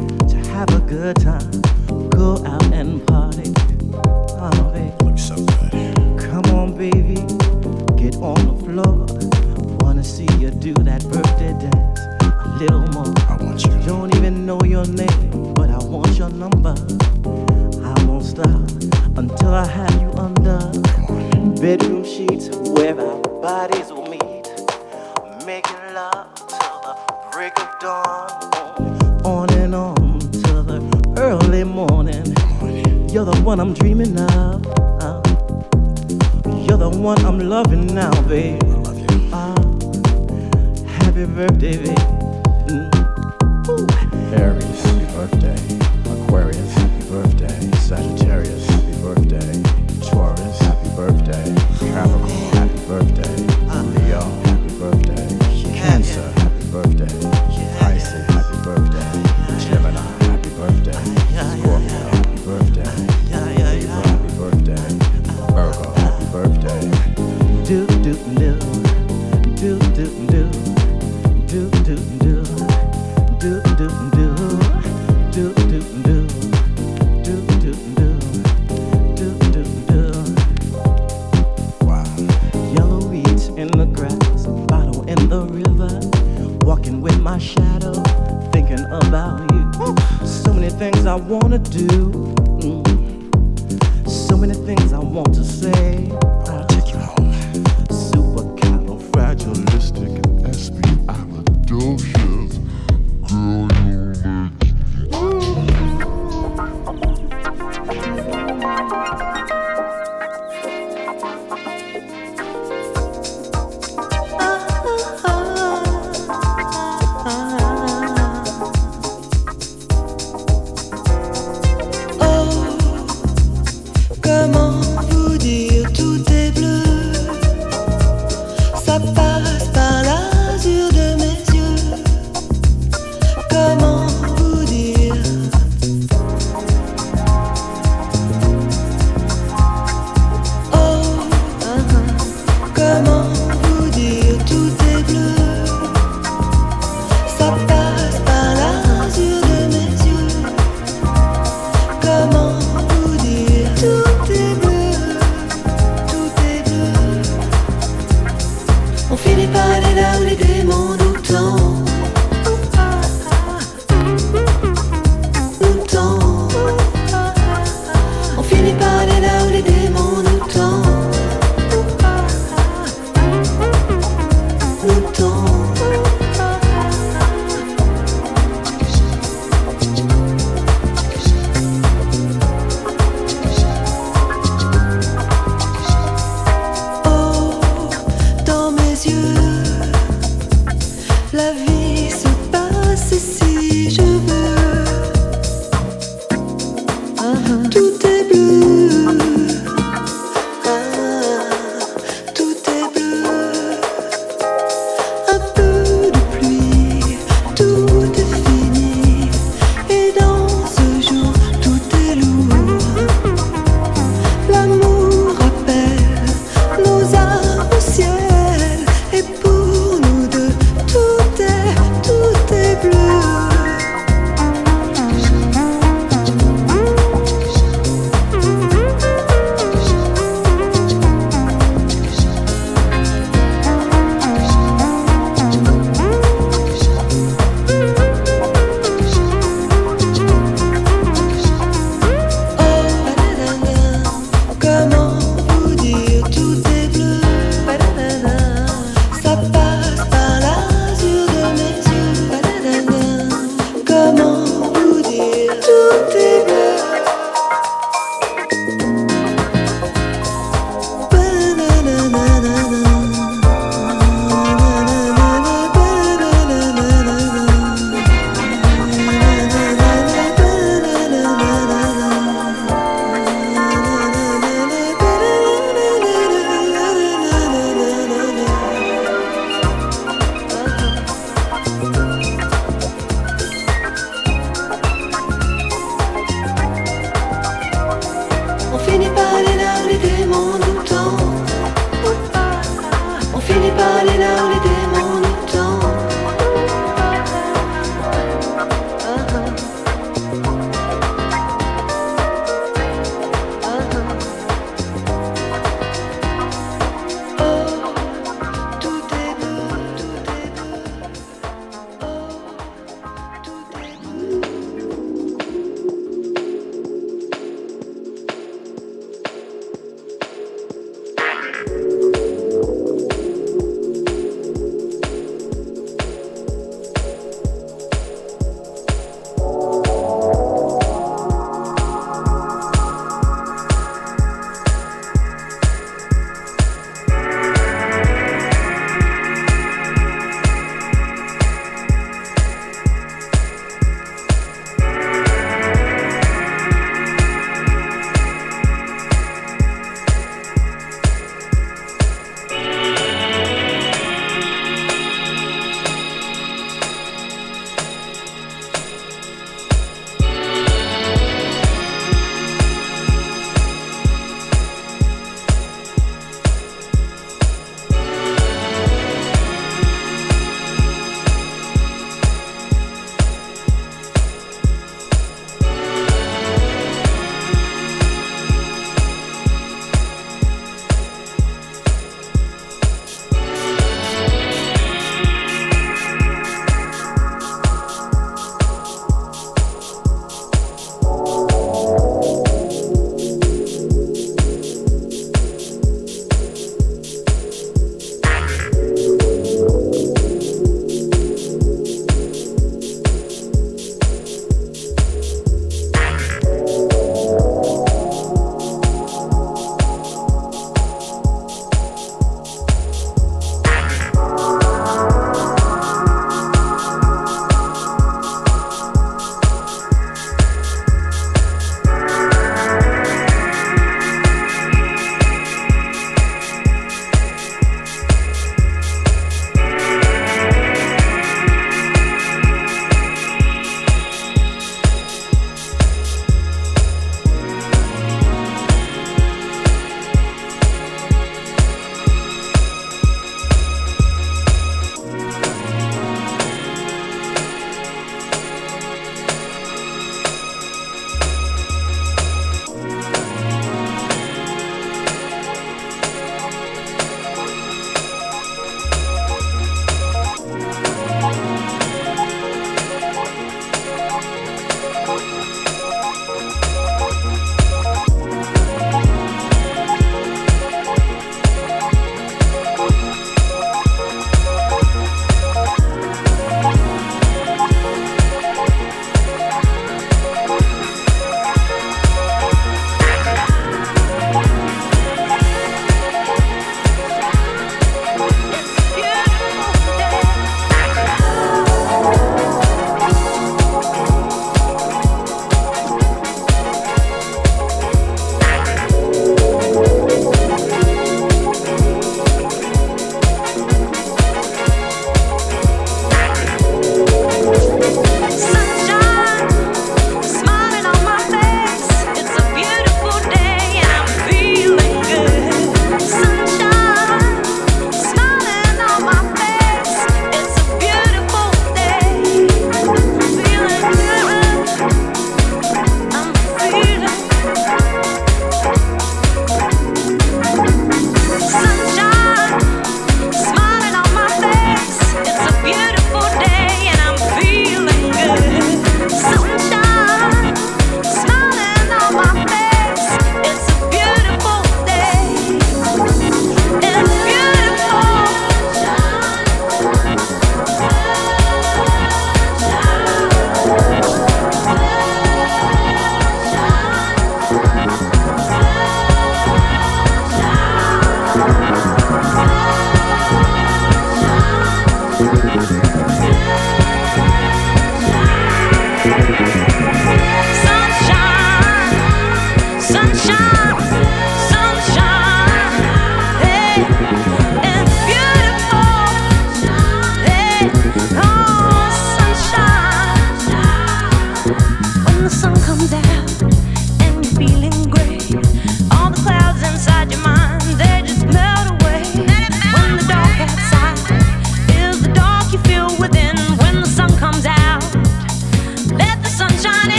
S10: have a good time, go out and party. Oh, baby. Looks so good. Come on, baby, get on the floor. Wanna see you do that birthday dance a little more. I want you. Don't even know your name, but I want your number. I won't stop until I have you under. Bedroom sheets where our bodies will meet, making love till the break of dawn. On and on till the early morning. You're the one I'm dreaming of. Uh, you're the one I'm loving now, babe. I love you. Uh, happy birthday, babe. Mm.
S11: Aries, happy birthday. Aquarius, happy birthday. Sagittarius, happy birthday. Taurus, happy birthday. Capricorn, happy birthday. Leo, happy birthday. Cancer, happy birthday. Pisces, happy birthday. Gemini, happy birthday. Scorpio, happy birthday. Libra, happy birthday. Virgo, happy birthday.
S10: Do do do do do do do do do do do do do do do do do do do do. Wow. Yellow reeds in the grass, bottle in the river, walking with my shadow, thinking about you. So many things I wanna do, mm. So many things I want to say. I'll take you home.
S7: Supercalifragilistic and espialidocious. Girl, you make
S5: Comment vous dire tout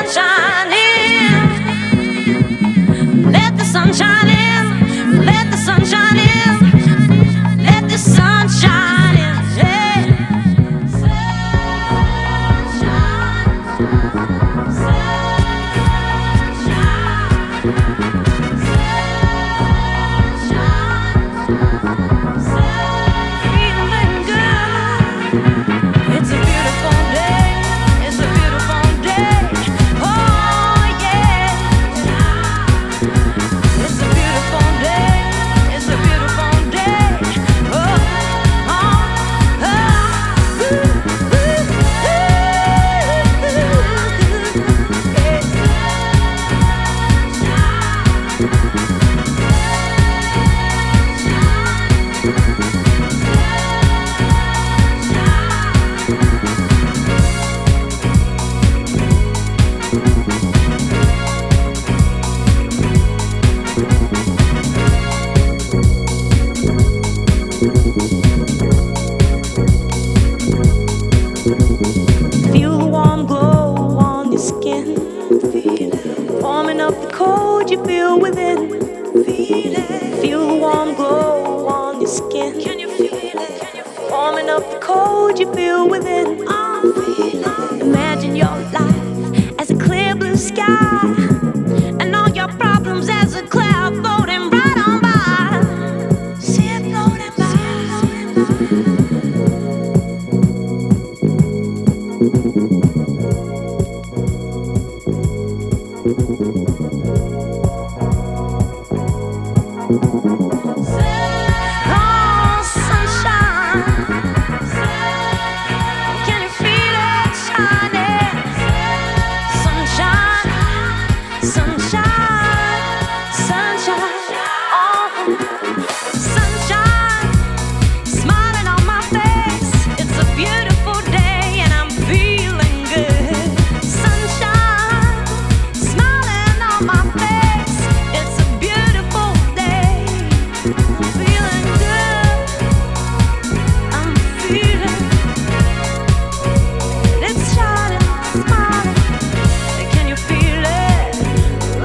S12: sunshine in. Let the sunshine in. Let the sunshine in. Let the sunshine in. Yeah. Feeling good. It's a beautiful day. It's a beautiful day. Oh yeah. It's a beautiful day. It's a beautiful day. Oh, oh, oh. Ooh, ooh, Feel the warm glow on your skin. Warming up the cold you feel within. Feel the warm glow on your skin. Can you feel it? Warming up the cold you feel within. Imagine your life as a clear blue sky, and all your problems as a cloud floating right on by. See it floating by. Oh, sunshine. Can you feel it shining? Sunshine, sunshine, sunshine. Oh, sunshine, smiling on my face. It's a beautiful day and I'm feeling good. Sunshine, smiling on my face. It's a beautiful day. I'm feeling good. I'm feeling. It's shining, smiling. Can you feel it? Oh,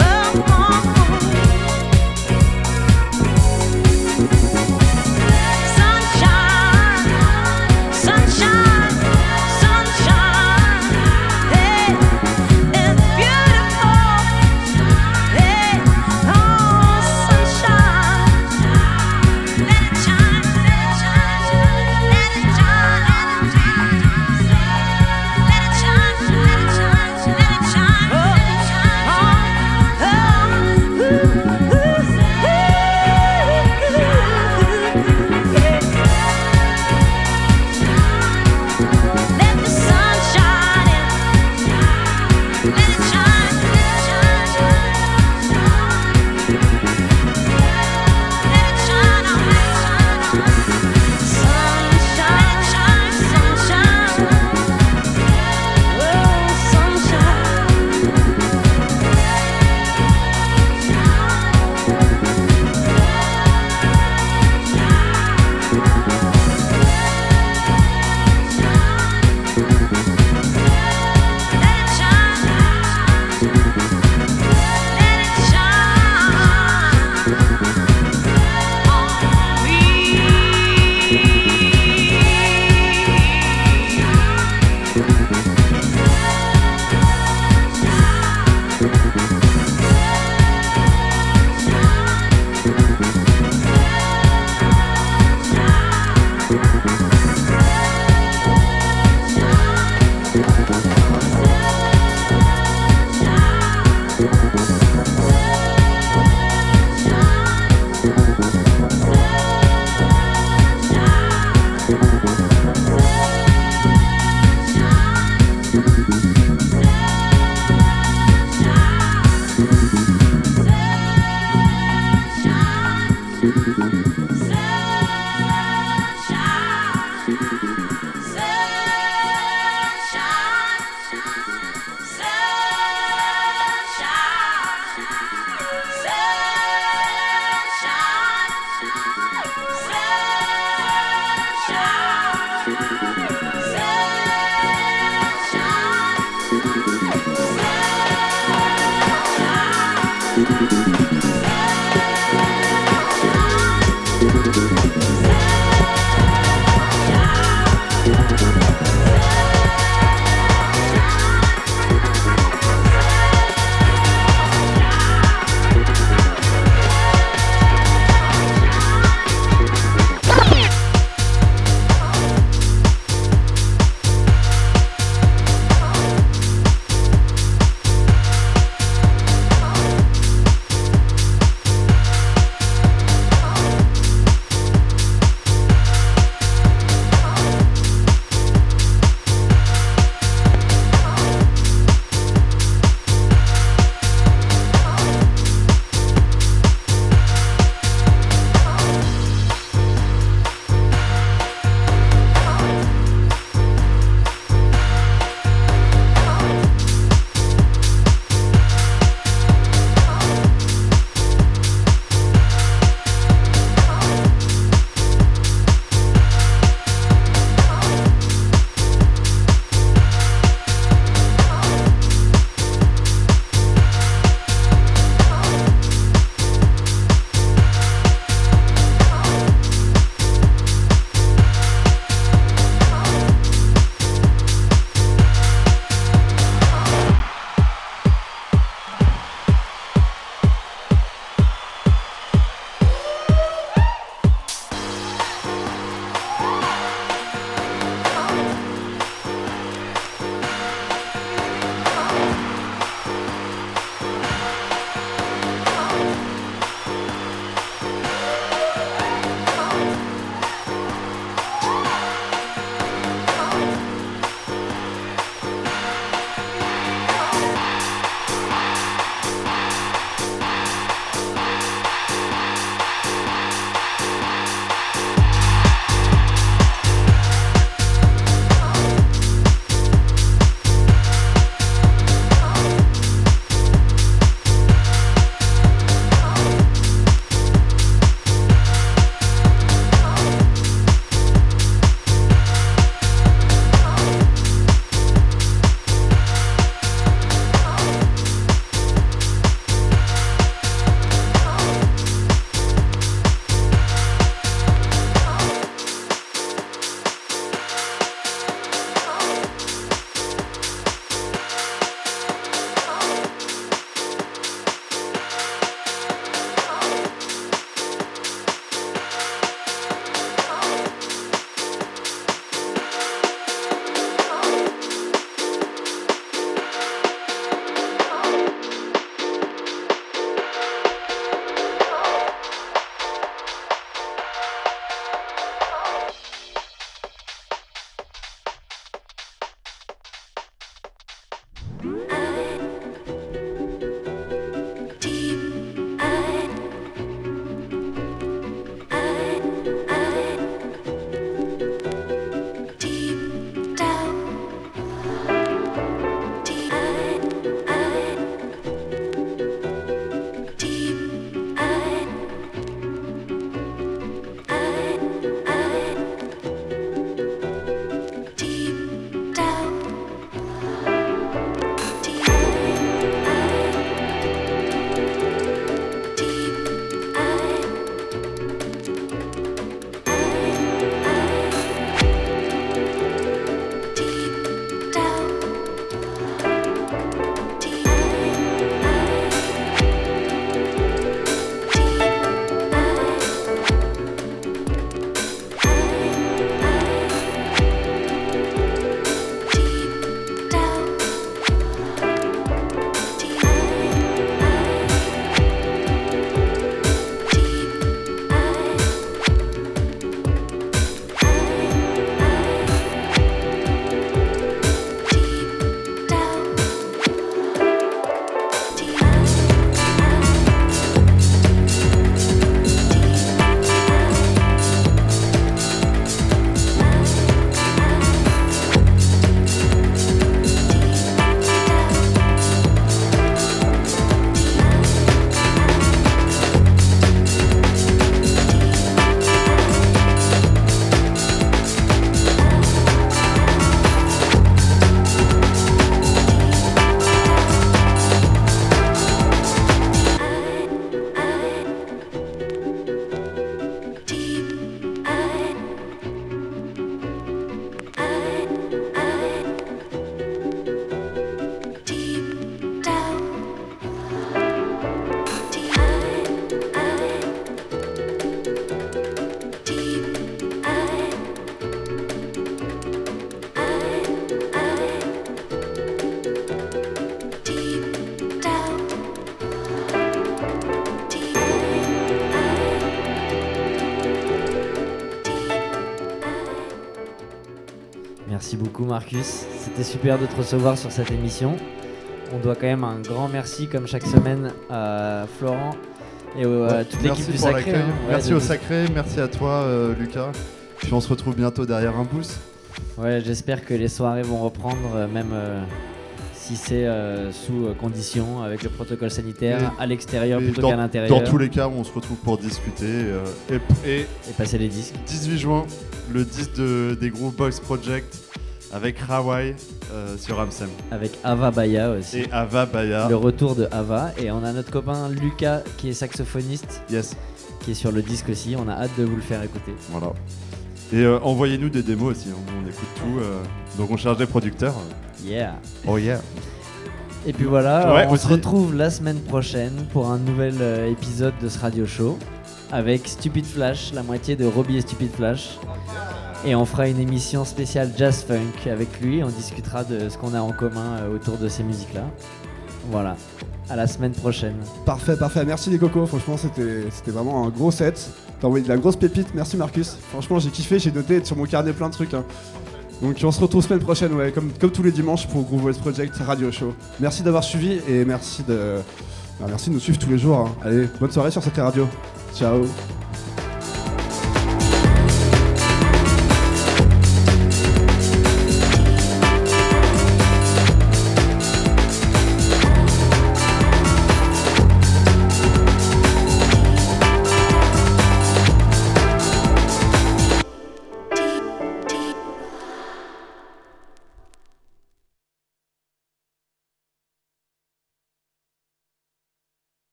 S2: beaucoup Marcus, c'était super de te recevoir sur cette émission. On doit quand même un grand merci comme chaque semaine à Florent et au- à
S3: Ouais,
S2: toute
S3: merci
S2: l'équipe du
S3: pour
S2: Sacré.
S3: l'accueil.
S2: hein. Ouais,
S3: Merci
S2: de-
S3: au Sacré, merci à toi euh, Lucas. Puis on se retrouve bientôt derrière un boost.
S2: Ouais, j'espère que les soirées vont reprendre, euh, même euh, si c'est euh, sous euh, conditions, avec le protocole sanitaire,
S3: Et-
S2: à l'extérieur
S3: et
S2: plutôt
S3: dans,
S2: qu'à l'intérieur.
S3: Dans tous les cas, on se retrouve pour discuter. euh, et, et,
S2: et passer les disques.
S3: dix-huit juin, le disque de, des groupes Boys Project avec Hawaii euh, sur Amsem.
S2: Avec Ava Baya aussi.
S3: Et Ava Baya.
S2: Le retour de Ava. Et on a notre copain Lucas qui est saxophoniste.
S3: Yes.
S2: Qui est sur le disque aussi. On a hâte de vous le faire écouter.
S3: Voilà. Et euh, envoyez-nous des démos aussi, hein, on écoute tout. euh, donc on cherche des producteurs.
S2: Yeah.
S3: Oh yeah.
S2: Et puis voilà,
S3: Ouais,
S2: on
S3: aussi.
S2: se retrouve la semaine prochaine pour un nouvel euh, épisode de ce radio show avec Stupid Flash, la moitié de Robbie et Stupid Flash. Et on fera une émission spéciale jazz funk avec lui. On discutera de ce qu'on a en commun euh, autour de ces musiques-là. Voilà. À la semaine prochaine.
S1: Parfait, parfait. Merci les cocos. Franchement, c'était c'était vraiment un gros set. T'as envoyé de la grosse pépite. Merci Marcus. Franchement, j'ai kiffé. J'ai noté sur mon carnet plein de trucs. hein. Donc on se retrouve semaine prochaine, ouais, comme, comme tous les dimanches pour Groove Voice Project Radio Show. Merci d'avoir suivi et merci de, bah, merci de nous suivre tous les jours. hein. Allez, bonne soirée sur cette radio. Ciao.